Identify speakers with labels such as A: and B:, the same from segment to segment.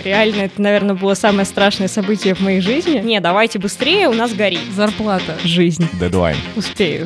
A: Реально, это, наверное, было самое страшное событие в моей жизни. Не, давайте быстрее, у нас горит.
B: Зарплата.
A: Жизнь.
C: Дедлайн.
A: Успею.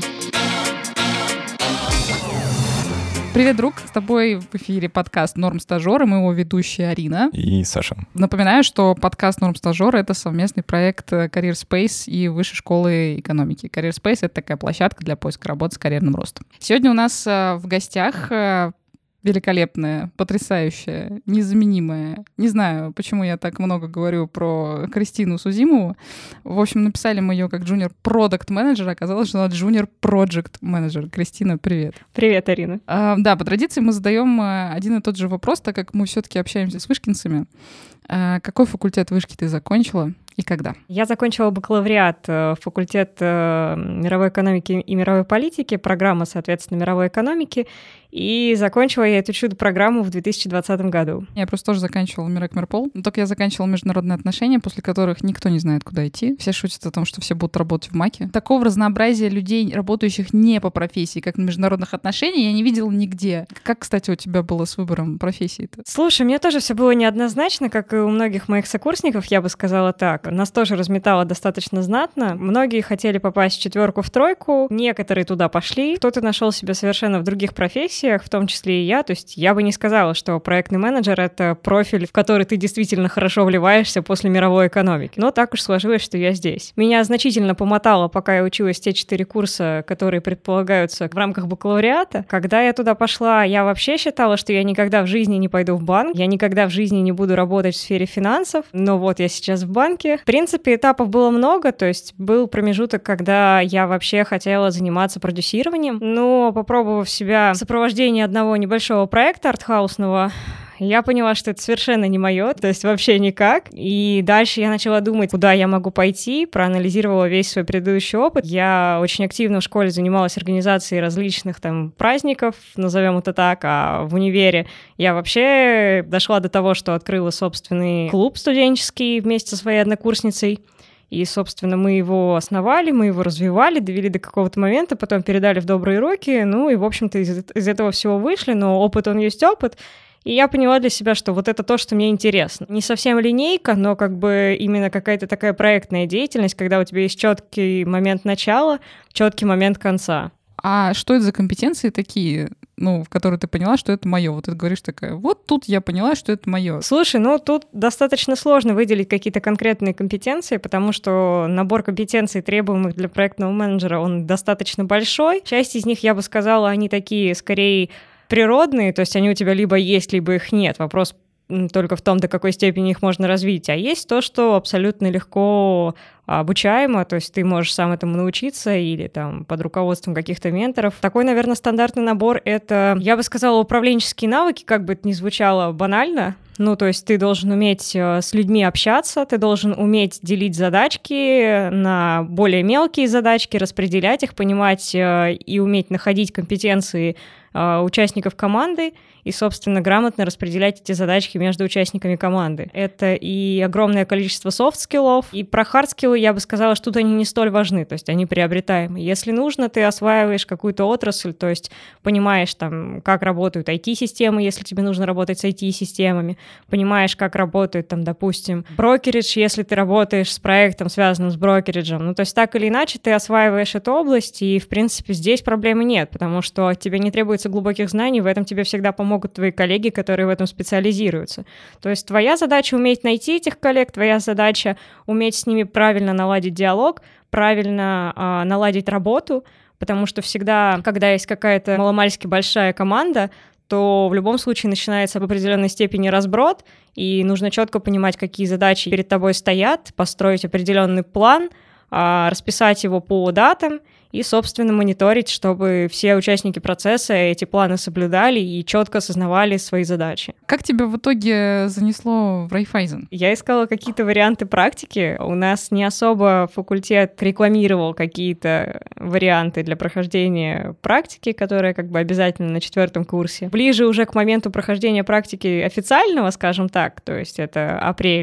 B: Привет, друг! С тобой в эфире подкаст «Норм стажёры», мы его ведущие Арина.
C: И Саша.
B: Напоминаю, что подкаст «Норм стажёры» — это совместный проект Career Space и Высшей школы экономики. Career Space — это такая площадка для поиска работы с карьерным ростом. Сегодня у нас в гостях великолепная, потрясающая, незаменимая. Не знаю, почему я так много говорю про Кристину Сузимову. В общем, написали мы ее как junior-продакт-менеджер, оказалось, что она junior-проджект-менеджер. Кристина, привет.
A: Привет, Арина.
B: Да, по традиции мы задаем один и тот же вопрос, так как мы все-таки общаемся с вышкинцами. Какой факультет вышки ты закончила и когда?
A: Я закончила бакалавриат, факультет мировой экономики и мировой политики, программа, соответственно, мировой экономики, и закончила я эту чудо-программу в 2020 году.
B: Я просто тоже заканчивала Мирек-Мирпол, но только я заканчивала международные отношения, после которых никто не знает, куда идти. Все шутят о том, что все будут работать в МАКе. Такого разнообразия людей, работающих не по профессии, как на международных отношениях, я не видела нигде. Как, кстати, у тебя было с выбором профессии-то?
A: Слушай, у меня тоже все было неоднозначно, как и у многих моих сокурсников, я бы сказала так. Нас тоже разметало достаточно знатно. Многие хотели попасть в 4, в 3, некоторые туда пошли. Кто-то нашел себя совершенно в других профессиях, в том числе и я. То есть я бы не сказала, что проектный менеджер — это профиль, в который ты действительно хорошо вливаешься после мировой экономики. Но так уж сложилось, что я здесь. Меня значительно помотало, пока я училась те 4 курса, которые предполагаются в рамках бакалавриата. Когда я туда пошла, я вообще считала, что я никогда в жизни не пойду в банк, я никогда в жизни не буду работать в сфере финансов. Но вот я сейчас в банке. В принципе, этапов было много, то есть был промежуток, когда я вообще хотела заниматься продюсированием, но, попробовав себя в сопровождении одного небольшого проекта артхаусного, я поняла, что это совершенно не мое, то есть вообще никак. И дальше я начала думать, куда я могу пойти, проанализировала весь свой предыдущий опыт. Я очень активно в школе занималась организацией различных там праздников, назовем это так, а в универе я вообще дошла до того, что открыла собственный клуб студенческий вместе со своей однокурсницей. И, собственно, мы его основали, мы его развивали, довели до какого-то момента, потом передали в добрые руки, ну и, в общем-то, из этого всего вышли, но опыт, он есть опыт. И я поняла для себя, что вот это то, что мне интересно. Не совсем линейка, но как бы именно какая-то такая проектная деятельность, когда у тебя есть четкий момент начала, четкий момент конца.
B: А что это за компетенции такие, в которые ты поняла, что это мое? Вот ты говоришь такая, вот тут я поняла, что это мое.
A: Слушай, тут достаточно сложно выделить какие-то конкретные компетенции, потому что набор компетенций, требуемых для проектного менеджера, он достаточно большой. Часть из них, я бы сказала, они такие скорее природные, то есть они у тебя либо есть, либо их нет. Вопрос только в том, до какой степени их можно развить. А есть то, что абсолютно легко обучаемо, то есть ты можешь сам этому научиться или там под руководством каких-то менторов. Такой, наверное, стандартный набор — это, я бы сказала, управленческие навыки, как бы это ни звучало банально. То есть ты должен уметь с людьми общаться, ты должен уметь делить задачки на более мелкие задачки, распределять их, понимать и уметь находить компетенции участников команды и, собственно, грамотно распределять эти задачки между участниками команды. Это и огромное количество софт-скиллов, и про хард-скиллы я бы сказала, что тут они не столь важны, то есть они приобретаемы. Если нужно, ты осваиваешь какую-то отрасль, то есть понимаешь, там, как работают IT-системы, если тебе нужно работать с IT-системами, понимаешь, как работает, там, допустим, брокеридж, если ты работаешь с проектом, связанным с брокериджем. То есть так или иначе ты осваиваешь эту область, и, в принципе, здесь проблемы нет, потому что тебе не требуется глубоких знаний, в этом тебе всегда помогут твои коллеги, которые в этом специализируются. То есть твоя задача — уметь найти этих коллег, твоя задача — уметь с ними правильно наладить диалог, правильно наладить работу, потому что всегда, когда есть какая-то маломальски большая команда, то в любом случае начинается в определенной степени разброд, и нужно четко понимать, какие задачи перед тобой стоят, построить определенный план, расписать его по датам и, собственно, мониторить, чтобы все участники процесса эти планы соблюдали и четко осознавали свои задачи.
B: Как тебя в итоге занесло в Райффайзен?
A: Я искала какие-то варианты практики. У нас не особо факультет рекламировал какие-то варианты для прохождения практики, которые как бы обязательно на 4 курсе. Ближе уже к моменту прохождения практики официального, скажем так, то есть это апрель,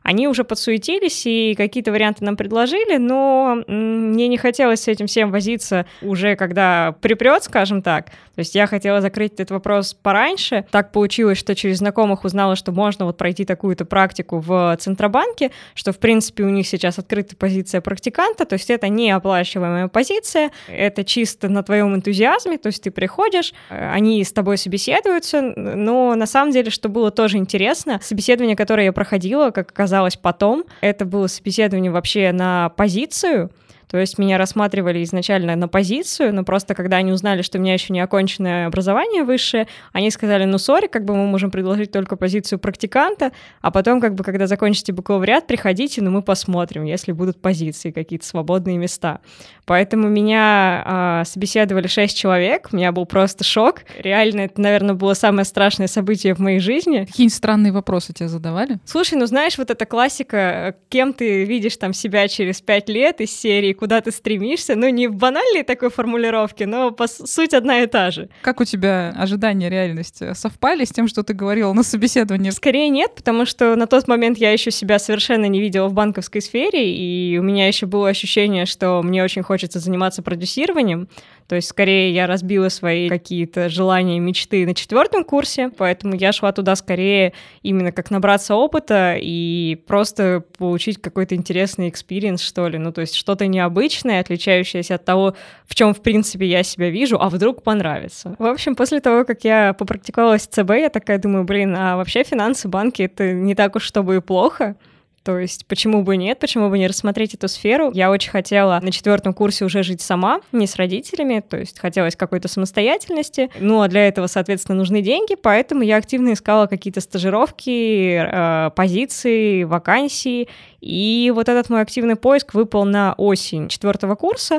A: Они уже подсуетились и какие-то варианты нам предложили, но мне не хотелось с этим всем возиться уже, когда припрет, скажем так. То есть я хотела закрыть этот вопрос пораньше. Так получилось, что через знакомых узнала, что можно вот пройти такую-то практику в Центробанке, что, в принципе, у них сейчас открыта позиция практиканта, то есть это не оплачиваемая позиция, это чисто на твоем энтузиазме, то есть ты приходишь, они с тобой собеседуются, но на самом деле, что было тоже интересно, собеседование, которое я проходила, как оказалось потом, это было собеседование вообще на позицию. То есть меня рассматривали изначально на позицию, но просто когда они узнали, что у меня еще не оконченное образование высшее, они сказали, ну, сори, как бы мы можем предложить только позицию практиканта, а потом, как бы, когда закончите бакалавриат, приходите, но мы посмотрим, если будут позиции, какие-то свободные места. Поэтому меня собеседовали 6 человек, у меня был просто шок. Реально, это, наверное, было самое страшное событие в моей жизни.
B: Какие-нибудь странные вопросы тебе задавали?
A: Слушай, ну знаешь, вот эта классика, кем ты видишь там себя через 5 лет из серии, куда ты стремишься, ну не в банальной такой формулировке, но по суть одна и та же.
B: Как у тебя ожидания реальности совпали с тем, что ты говорила на собеседовании?
A: Скорее нет, потому что на тот момент я еще себя совершенно не видела в банковской сфере, и у меня еще было ощущение, что мне очень хочется заниматься продюсированием. То есть, скорее, я разбила свои какие-то желания и мечты на 4 курсе, поэтому я шла туда скорее именно как набраться опыта и просто получить какой-то интересный экспириенс, что ли. Ну, то есть что-то необычное, отличающееся от того, в чем, в принципе, я себя вижу, а вдруг понравится. В общем, после того, как я попрактиковалась в ЦБ, я такая думаю, а вообще финансы, банки — это не так уж чтобы и плохо. То есть почему бы нет, почему бы не рассмотреть эту сферу? Я очень хотела на 4 курсе уже жить сама, не с родителями, то есть хотелось какой-то самостоятельности. Ну, а для этого, соответственно, нужны деньги, поэтому я активно искала какие-то стажировки, позиции, вакансии. И вот этот мой активный поиск выпал на осень 4 курса.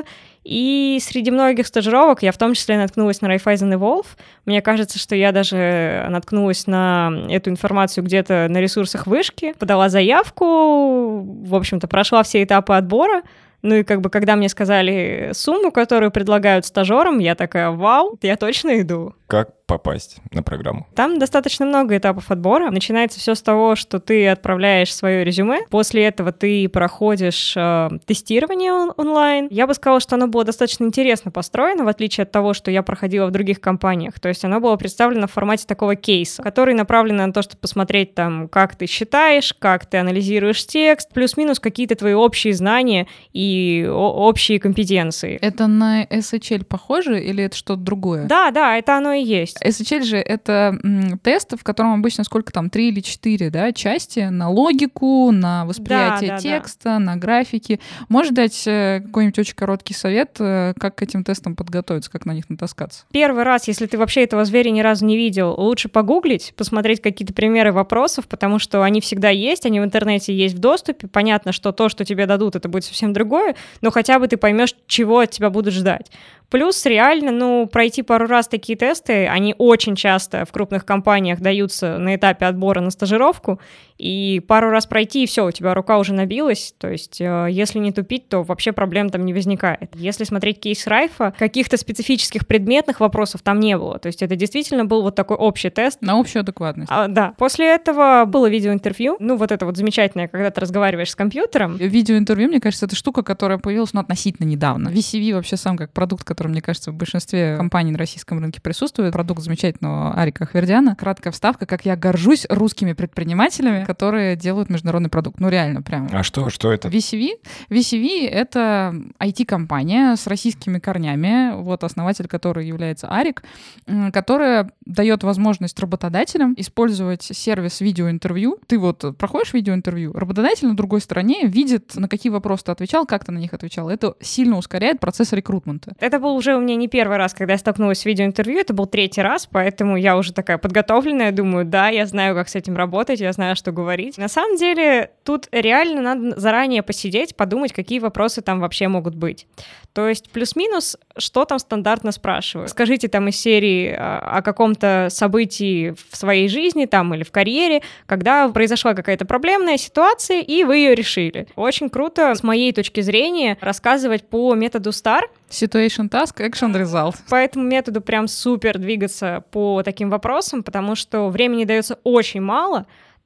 A: И среди многих стажировок я в том числе наткнулась на Raiffeisen Evolve. Мне кажется, что я даже наткнулась на эту информацию где-то на ресурсах вышки, подала заявку, в общем-то, прошла все этапы отбора. Ну и как бы, когда мне сказали сумму, которую предлагают стажерам, я такая, вау, я точно иду.
C: Как попасть на программу?
A: Там достаточно много этапов отбора. Начинается все с того, что ты отправляешь свое резюме. После этого ты проходишь тестирование онлайн. Я бы сказала, что оно было достаточно интересно построено, в отличие от того, что я проходила в других компаниях. То есть оно было представлено в формате такого кейса, который направлен на то, чтобы посмотреть, там, как ты считаешь, как ты анализируешь текст, плюс-минус какие-то твои общие знания и общие компетенции.
B: Это на SHL похоже или это что-то другое?
A: Да, это оно и есть.
B: SHL же это тест, в котором обычно сколько там, 3 или 4, да, части на логику, на восприятие текста, на графики. Можешь дать какой-нибудь очень короткий совет, как к этим тестам подготовиться, как на них натаскаться?
A: Первый раз, если ты вообще этого зверя ни разу не видел, лучше погуглить, посмотреть какие-то примеры вопросов, потому что они всегда есть, они в интернете есть в доступе. Понятно, что то, что тебе дадут, это будет совсем другое, но хотя бы ты поймешь, чего от тебя будут ждать. Плюс реально, пройти пару раз такие тесты, они очень часто в крупных компаниях даются на этапе отбора на стажировку, и пару раз пройти, и все, у тебя рука уже набилась, то есть если не тупить, то вообще проблем там не возникает. Если смотреть кейс Райфа, каких-то специфических предметных вопросов там не было, то есть это действительно был вот такой общий тест.
B: На общую адекватность.
A: Да. После этого было видеоинтервью, вот это вот замечательное, когда ты разговариваешь с компьютером.
B: Видеоинтервью, мне кажется, это штука, которая появилась, относительно недавно. VCV вообще сам как продукт, который, мне кажется, в большинстве компаний на российском рынке присутствует. Продукт замечательного Арика Ахвердяна. Краткая вставка, как я горжусь русскими предпринимателями, которые делают международный продукт. Реально, прям.
C: А что это?
B: VCV? VCV — это IT-компания с российскими корнями, основатель которой является Арик, которая дает возможность работодателям использовать сервис видеоинтервью. Ты проходишь видеоинтервью, работодатель на другой стороне видит, на какие вопросы ты отвечал, как ты на них отвечал. Это сильно ускоряет процесс рекрутмента.
A: Это был уже у меня не первый раз, когда я столкнулась с видеоинтервью, это был 3-й раз, поэтому я уже такая подготовленная, думаю, да, я знаю, как с этим работать, я знаю, что говорить. На самом деле, тут реально надо заранее посидеть, подумать, какие вопросы там вообще могут быть. То есть плюс-минус, что там стандартно спрашивают. Скажите там из серии о каком-то событии в своей жизни там или в карьере, когда произошла какая-то проблемная ситуация, и вы ее решили. Очень круто, с моей точки зрения, рассказывать по методу STAR.
B: Situation, Task, Action, Result.
A: По этому методу прям супер двигаться по таким вопросам, потому что времени дается очень мало.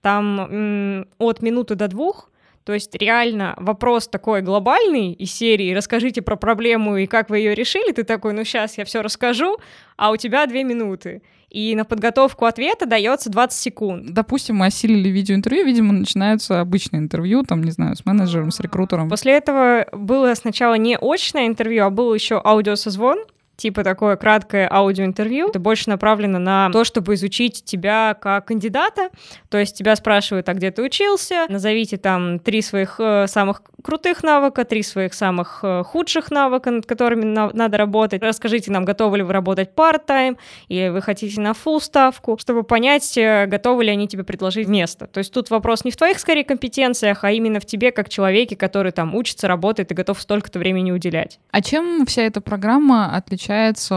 A: там от минуты до 2. То есть реально вопрос такой глобальный из серии «Расскажите про проблему и как вы ее решили». Ты такой, ну сейчас я все расскажу, а у тебя 2 минуты. И на подготовку ответа дается 20 секунд.
B: Допустим, мы осилили видеоинтервью, видимо, начинаются обычные интервью, там, не знаю, с менеджером, с рекрутером.
A: После этого было сначала не очное интервью, а был еще аудиосозвон. Типа такое краткое аудиоинтервью. Это больше направлено на то, чтобы изучить тебя как кандидата. То есть тебя спрашивают, а где ты учился? Назовите там 3 своих самых крутых навыка, 3 своих самых худших навыка, над которыми надо работать. Расскажите нам, готовы ли вы работать part-time, или вы хотите на full ставку, чтобы понять, готовы ли они тебе предложить место. То есть тут вопрос не в твоих, скорее, компетенциях, а именно в тебе как человеке, который там учится, работает и готов столько-то времени уделять.
B: А чем вся эта программа отличается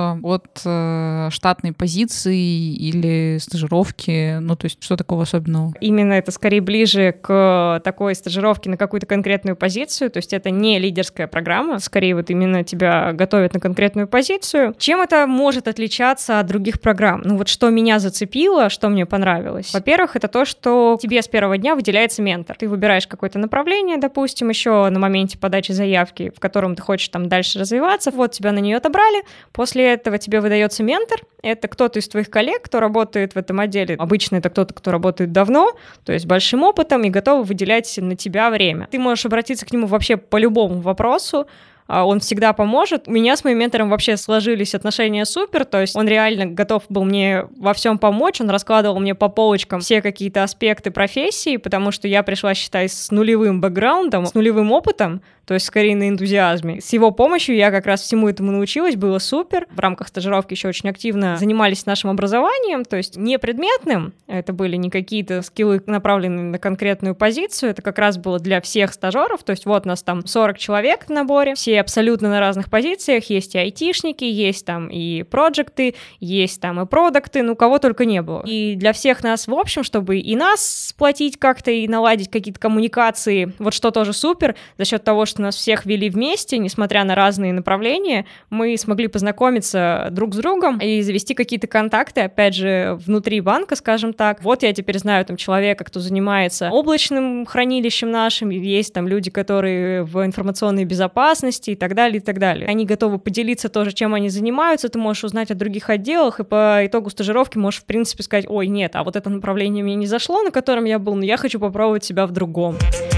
B: от штатной позиции или стажировки? Ну, то есть что такого особенного?
A: Именно это скорее ближе к такой стажировке на какую-то конкретную позицию, то есть это не лидерская программа, скорее вот именно тебя готовят на конкретную позицию. Чем это может отличаться от других программ? Ну вот что меня зацепило, что мне понравилось. Во-первых, это то, что тебе с первого дня выделяется ментор. Ты выбираешь какое-то направление, допустим, еще на моменте подачи заявки, в котором ты хочешь там дальше развиваться, вот тебя на нее отобрали. После этого тебе выдается ментор. Это кто-то из твоих коллег, кто работает в этом отделе. Обычно это кто-то, кто работает давно, то есть большим опытом и готов выделять на тебя время. Ты можешь обратиться к нему вообще по любому вопросу. Он всегда поможет. У меня с моим ментором вообще сложились отношения супер, то есть он реально готов был мне во всем помочь, он раскладывал мне по полочкам все какие-то аспекты профессии, потому что я пришла, считай, с нулевым бэкграундом, с нулевым опытом, то есть скорее на энтузиазме. С его помощью я как раз всему этому научилась, было супер. В рамках стажировки еще очень активно занимались нашим образованием, то есть не предметным, это были не какие-то скиллы, направленные на конкретную позицию, это как раз было для всех стажеров, то есть вот нас там 40 человек в наборе, все абсолютно на разных позициях, есть и айтишники, есть там и проекты, есть там и продукты, ну кого только не было. И для всех нас в общем, чтобы и нас сплотить как-то и наладить какие-то коммуникации, вот что тоже супер, за счет того, что нас всех вели вместе, несмотря на разные направления, мы смогли познакомиться друг с другом и завести какие-то контакты, опять же, внутри банка, скажем так. Вот я теперь знаю там человека, кто занимается облачным хранилищем нашим, есть там люди, которые в информационной безопасности и так далее, и так далее. Они готовы поделиться тоже, чем они занимаются, ты можешь узнать о других отделах, и по итогу стажировки можешь, в принципе, сказать, ой, нет, а вот это направление мне не зашло, на котором я был, но я хочу попробовать себя в другом.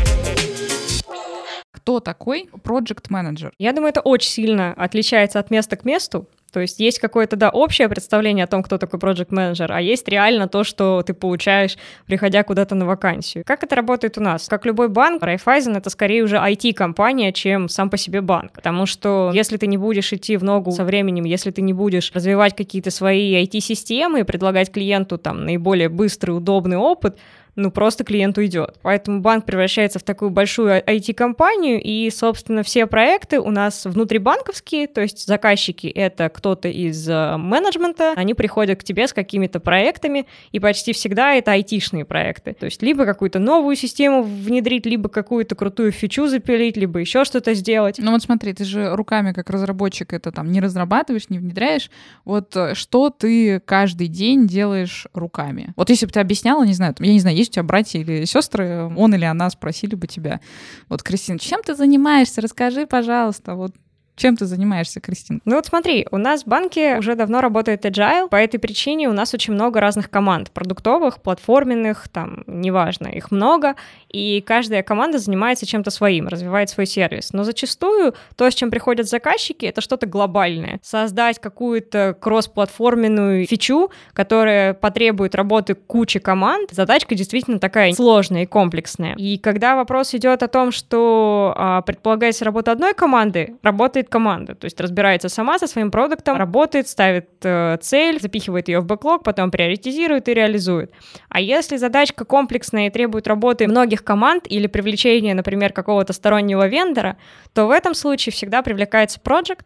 B: Кто такой project manager?
A: Я думаю, это очень сильно отличается от места к месту. То есть есть какое-то, да, общее представление о том, кто такой project manager, а есть реально то, что ты получаешь, приходя куда-то на вакансию. Как это работает у нас? Как любой банк, Raiffeisen — это скорее уже IT-компания, чем сам по себе банк. Потому что если ты не будешь идти в ногу со временем, если ты не будешь развивать какие-то свои IT-системы и предлагать клиенту там наиболее быстрый, удобный опыт, ну, просто клиент уйдет. Поэтому банк превращается в такую большую IT-компанию, и, собственно, все проекты у нас внутрибанковские, то есть заказчики — это кто-то из менеджмента, они приходят к тебе с какими-то проектами, и почти всегда это IT-шные проекты. То есть либо какую-то новую систему внедрить, либо какую-то крутую фичу запилить, либо еще что-то сделать.
B: Ну вот смотри, ты же руками как разработчик это там не разрабатываешь, не внедряешь. Вот что ты каждый день делаешь руками? Вот если бы ты объясняла, не знаю, я не знаю, есть у тебя братья или сестры, он или она спросили бы тебя, вот, Кристина, чем ты занимаешься? Расскажи, пожалуйста, вот. Чем ты занимаешься, Кристина?
A: Ну вот смотри, у нас в банке уже давно работает Agile, по этой причине у нас очень много разных команд, продуктовых, платформенных, там, неважно, их много, и каждая команда занимается чем-то своим, развивает свой сервис. Но зачастую то, с чем приходят заказчики, это что-то глобальное. Создать какую-то кросс-платформенную фичу, которая потребует работы кучи команд, задачка действительно такая сложная и комплексная. И когда вопрос идет о том, что предполагается работа одной команды, работает команда, то есть разбирается сама со своим продуктом, работает, ставит цель, запихивает ее в бэклог, потом приоритизирует и реализует. А если задачка комплексная и требует работы многих команд или привлечения, например, какого-то стороннего вендора, то в этом случае всегда привлекается project.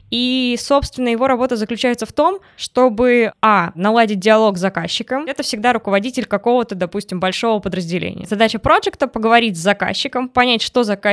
A: И, собственно, его работа заключается в том, чтобы, наладить диалог с заказчиком. Это всегда руководитель какого-то, допустим, большого подразделения. Задача проекта — поговорить с заказчиком, понять, что заказчик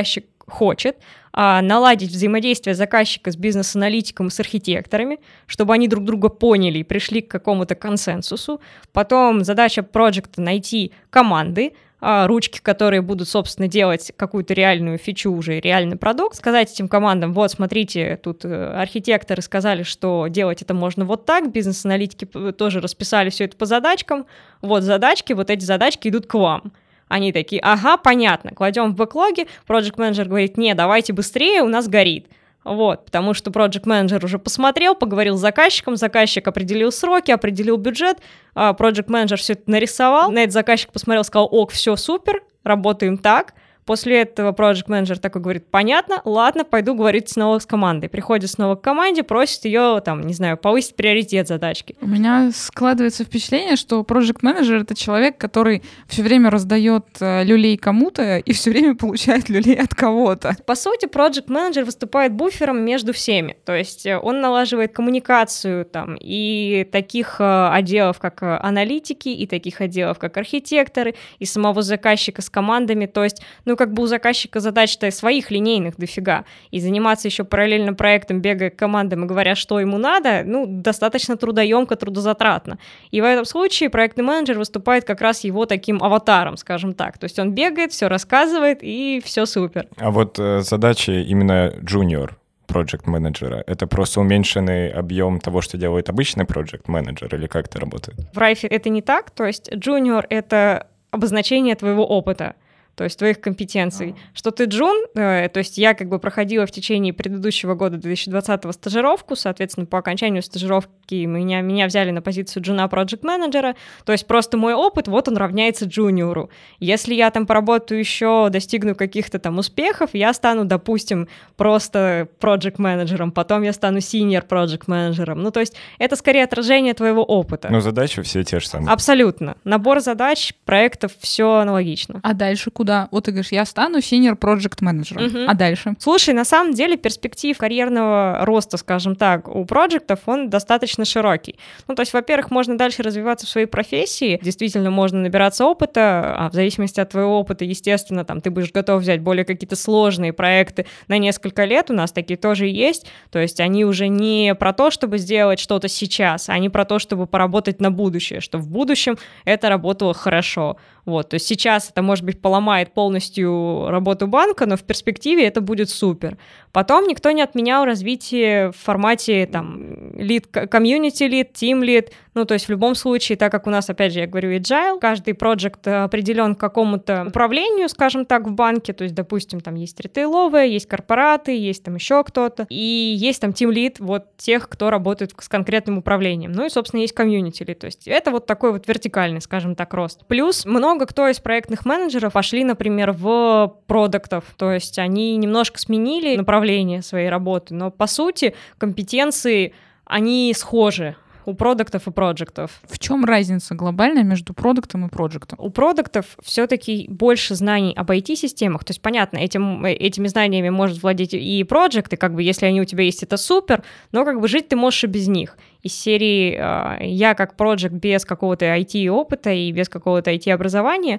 A: хочет наладить взаимодействие заказчика с бизнес-аналитиком и с архитекторами, чтобы они друг друга поняли и пришли к какому-то консенсусу. Потом задача проекта — найти команды, ручки, которые будут, собственно, делать какую-то реальную фичу, уже реальный продукт, сказать этим командам: вот, смотрите, тут архитекторы сказали, что делать это можно вот так, бизнес-аналитики тоже расписали все это по задачкам, вот задачки, вот эти задачки идут к вам. Они такие: ага, понятно, кладем в бэклоге, проект-менеджер говорит: не, давайте быстрее, у нас горит. Вот, потому что проект-менеджер уже посмотрел, поговорил с заказчиком, заказчик определил сроки, определил бюджет, проект-менеджер все это нарисовал, на это заказчик посмотрел, сказал: ок, все супер, работаем так. После этого проект-менеджер такой говорит: понятно, ладно, пойду говорить снова с командой. Приходит снова к команде, просит ее, там, не знаю, повысить приоритет задачки.
B: У меня складывается впечатление, что проект-менеджер — это человек, который все время раздает люлей кому-то и все время получает люлей от кого-то.
A: По сути, проект-менеджер выступает буфером между всеми. То есть он налаживает коммуникацию там и таких отделов, как аналитики, и таких отделов, как архитекторы, и самого заказчика с командами. То есть, как бы у заказчика задач-то своих линейных дофига, и заниматься еще параллельно проектом, бегая к командам и говоря, что ему надо, достаточно трудоемко, трудозатратно. И в этом случае проектный менеджер выступает как раз его таким аватаром, скажем так. То есть он бегает, все рассказывает, и все супер.
C: А вот задачи именно junior проект-менеджера — это просто уменьшенный объем того, что делает обычный проект-менеджер, или как это работает?
A: В Райфе это не так, то есть junior — это обозначение твоего опыта, то есть твоих компетенций. Что ты джун, то есть я как бы проходила в течение предыдущего года, 2020-го, стажировку, соответственно, по окончанию стажировки меня взяли на позицию джуна проект-менеджера, то есть просто мой опыт, вот он равняется джуниору. Если я там поработаю еще, достигну каких-то там успехов, я стану, допустим, просто проект-менеджером, потом я стану senior проект-менеджером. То есть это скорее отражение твоего опыта.
C: Но задачи все те же самые.
A: Абсолютно. Набор задач, проектов, все аналогично.
B: А дальше куда? Вот ты говоришь: я стану senior project менеджером. А дальше?
A: Слушай, на самом деле перспектив карьерного роста, скажем так, у проектов, он достаточно широкий. То есть, во-первых, можно дальше развиваться в своей профессии, действительно можно набираться опыта, а в зависимости от твоего опыта, естественно, там ты будешь готов взять более какие-то сложные проекты на несколько лет, у нас такие тоже есть, то есть они уже не про то, чтобы сделать что-то сейчас, они про то, чтобы поработать на будущее, что в будущем это работало хорошо. Вот, то есть сейчас это, может быть, поломает полностью работу банка, но в перспективе это будет супер. Потом никто не отменял развитие в формате там lead, community lead, team lead. То есть в любом случае, так как у нас, опять же, я говорю, agile, каждый проект определен к какому-то управлению, скажем так, в банке. То есть, допустим, там есть ритейловые, есть корпораты, есть там еще кто-то. И есть там team lead вот тех, кто работает с конкретным управлением. И, собственно, есть community lead. То есть это вот такой вот вертикальный, скажем так, рост. Плюс много кто из проектных менеджеров пошли, например, в продуктов. То есть они немножко сменили направление своей работы, но по сути компетенции, они схожи у продуктов и проектов.
B: В чем разница глобальная между продуктом и проектом?
A: У продуктов все-таки больше знаний об IT-системах, то есть, понятно, этими знаниями может владеть и проект, и как бы если они у тебя есть, это супер, но как бы жить ты можешь и без них. Из серии я как проект без какого-то IT-опыта и без какого-то IT-образования,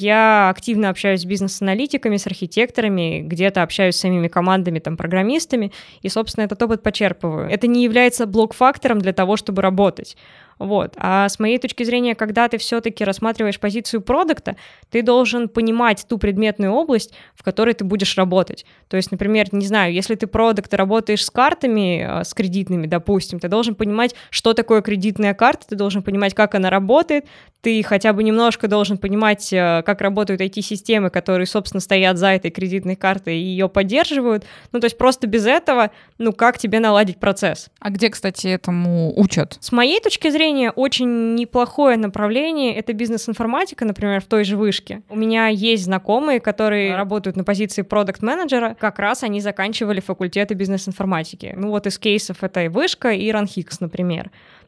A: я активно общаюсь с бизнес-аналитиками, с архитекторами, где-то общаюсь с самими командами, там, программистами, и, собственно, этот опыт почерпываю. Это не является блок-фактором для того, чтобы работать. Вот. А с моей точки зрения, когда ты все-таки рассматриваешь позицию продукта, ты должен понимать ту предметную область, в которой ты будешь работать. То есть, например, не знаю, если ты продукт и работаешь с картами, с кредитными, допустим, ты должен понимать, что такое кредитная карта, ты должен понимать, как она работает, ты хотя бы немножко должен понимать, как работают IT-системы, которые, собственно, стоят за этой кредитной картой и ее поддерживают. То есть просто без этого, как тебе наладить процесс?
B: А где, кстати, этому учат?
A: С моей точки зрения, очень неплохое направление — это бизнес-информатика, например, в той же вышке. У меня есть знакомые, которые работают на позиции продакт-менеджера, как раз они заканчивали факультеты бизнес-информатики. Из кейсов это и вышка, и РАНХИКС, например.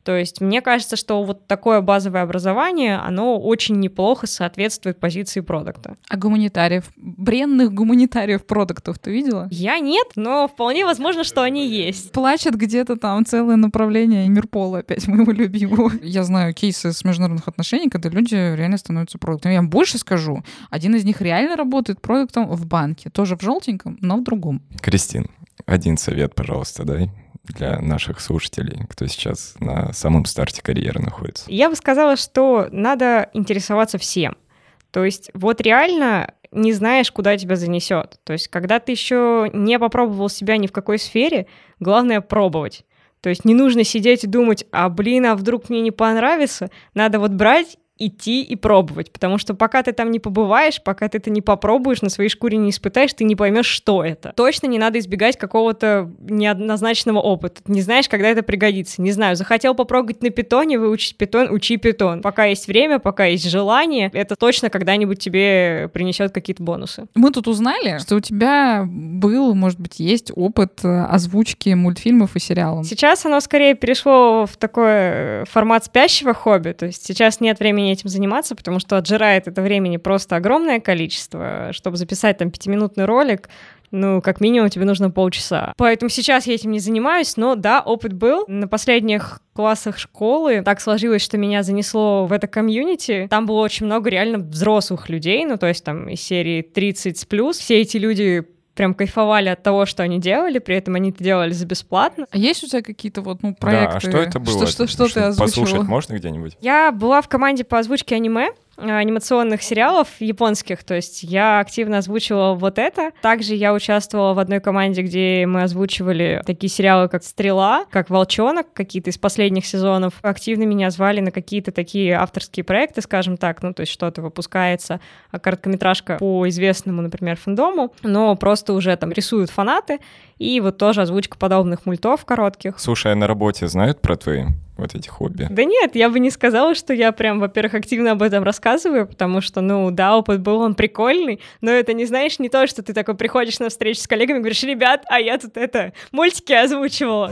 A: То есть мне кажется, что вот такое базовое образование, оно очень неплохо соответствует позиции продукта.
B: А гуманитариев, бренных гуманитариев продуктов ты видела?
A: Я нет, но вполне возможно, что они есть.
B: Плачет где-то там целое направление Мирпола, опять моего любимого. Я знаю кейсы с международных отношений, когда люди реально становятся продуктами. Я вам больше скажу, один из них реально работает продуктом в банке, тоже в желтеньком, но в другом.
C: Кристин, один совет, пожалуйста, дай для наших слушателей, кто сейчас на самом старте карьеры находится.
A: Я бы сказала, что надо интересоваться всем. То есть вот реально не знаешь, куда тебя занесет. То есть когда ты еще не попробовал себя ни в какой сфере, главное пробовать. То есть не нужно сидеть и думать, а вдруг мне не понравится. Надо вот брать, идти и пробовать, потому что пока ты там не побываешь, пока ты это не попробуешь, на своей шкуре не испытаешь, ты не поймешь, что это. Точно не надо избегать какого-то неоднозначного опыта. Не знаешь, когда это пригодится. Не знаю, захотел попробовать на питоне, выучить питон, учи питон. Пока есть время, пока есть желание, это точно когда-нибудь тебе принесет какие-то бонусы.
B: Мы тут узнали, что у тебя был, может быть, есть опыт озвучки мультфильмов и сериалов.
A: Сейчас оно скорее перешло в такой формат спящего хобби, то есть сейчас нет времени этим заниматься, потому что отжирает это времени просто огромное количество. Чтобы записать там 5-минутный ролик, как минимум тебе нужно полчаса. Поэтому сейчас я этим не занимаюсь, но да, опыт был. На последних классах школы так сложилось, что меня занесло в это комьюнити. Там было очень много реально взрослых людей, то есть там из серии 30+. Все эти люди прям кайфовали от того, что они делали, при этом они это делали за бесплатно.
B: А есть у тебя какие-то проекты?
C: Да, а что это было?
B: Что ты озвучивала?
C: Послушать можно где-нибудь?
A: Я была в команде по озвучке аниме, анимационных сериалов японских, то есть я активно озвучивала вот это. Также я участвовала в одной команде, где мы озвучивали такие сериалы, как «Стрела», как «Волчонок», какие-то из последних сезонов. Активно меня звали на какие-то такие авторские проекты, скажем так, то есть что-то выпускается, короткометражка по известному, например, фандому, но просто уже там рисуют фанаты, и вот тоже озвучка подобных мультов коротких.
C: Слушай, а на работе знают про твои вот эти хобби?
A: Да нет, я бы не сказала, что я прям, во-первых, активно об этом рассказываю, потому что, да, опыт был, он прикольный, но это, не то, что ты такой приходишь на встречу с коллегами и говоришь: ребят, а я тут мультики озвучивала.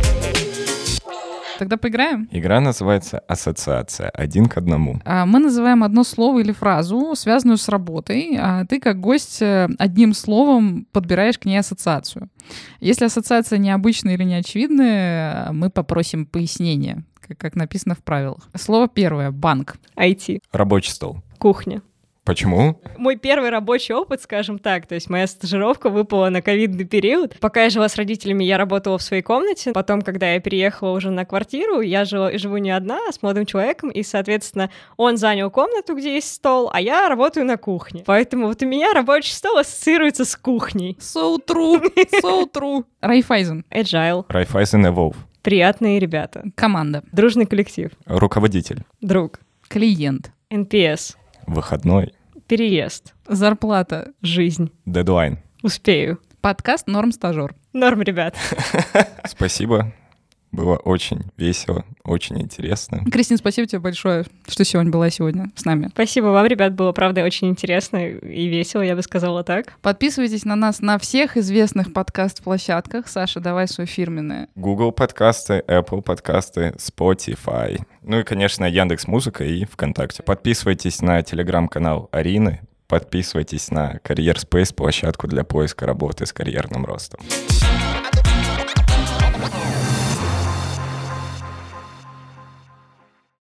B: Тогда поиграем?
C: Игра называется «Ассоциация. 1 к 1».
B: Мы называем одно слово или фразу, связанную с работой, а ты, как гость, одним словом подбираешь к ней ассоциацию. Если ассоциация необычная или неочевидная, мы попросим пояснения, как написано в правилах. Слово первое — банк.
A: IT.
C: Рабочий стол.
A: Кухня.
C: Почему?
A: Мой первый рабочий опыт, скажем так, то есть моя стажировка выпала на ковидный период. Пока я жила с родителями, я работала в своей комнате. Потом, когда я переехала уже на квартиру, я живу не одна, а с молодым человеком, и, соответственно, он занял комнату, где есть стол, а я работаю на кухне. Поэтому вот у меня рабочий стол ассоциируется с кухней.
B: So true, so true. Райфайзен.
A: Agile.
C: Райфайзен Evolve.
A: Приятные ребята.
B: Команда.
A: Дружный коллектив.
C: Руководитель.
A: Друг.
B: Клиент.
A: NPS.
C: Выходной.
A: Переезд.
B: Зарплата.
A: Жизнь.
C: Дедлайн.
A: Успею.
B: Подкаст «Норм стажер».
A: Норм, ребят.
C: Спасибо. Было очень весело, очень интересно.
B: Кристин, спасибо тебе большое, что сегодня была с нами.
A: Спасибо вам, ребят, было, правда, очень интересно и весело, я бы сказала так.
B: Подписывайтесь на нас на всех известных подкаст-площадках. Саша, давай свое фирменное.
C: Google подкасты, Apple подкасты, Spotify. И, конечно, Яндекс.Музыка и ВКонтакте. Подписывайтесь на телеграм-канал Арины. Подписывайтесь на Career Space, площадку для поиска работы с карьерным ростом.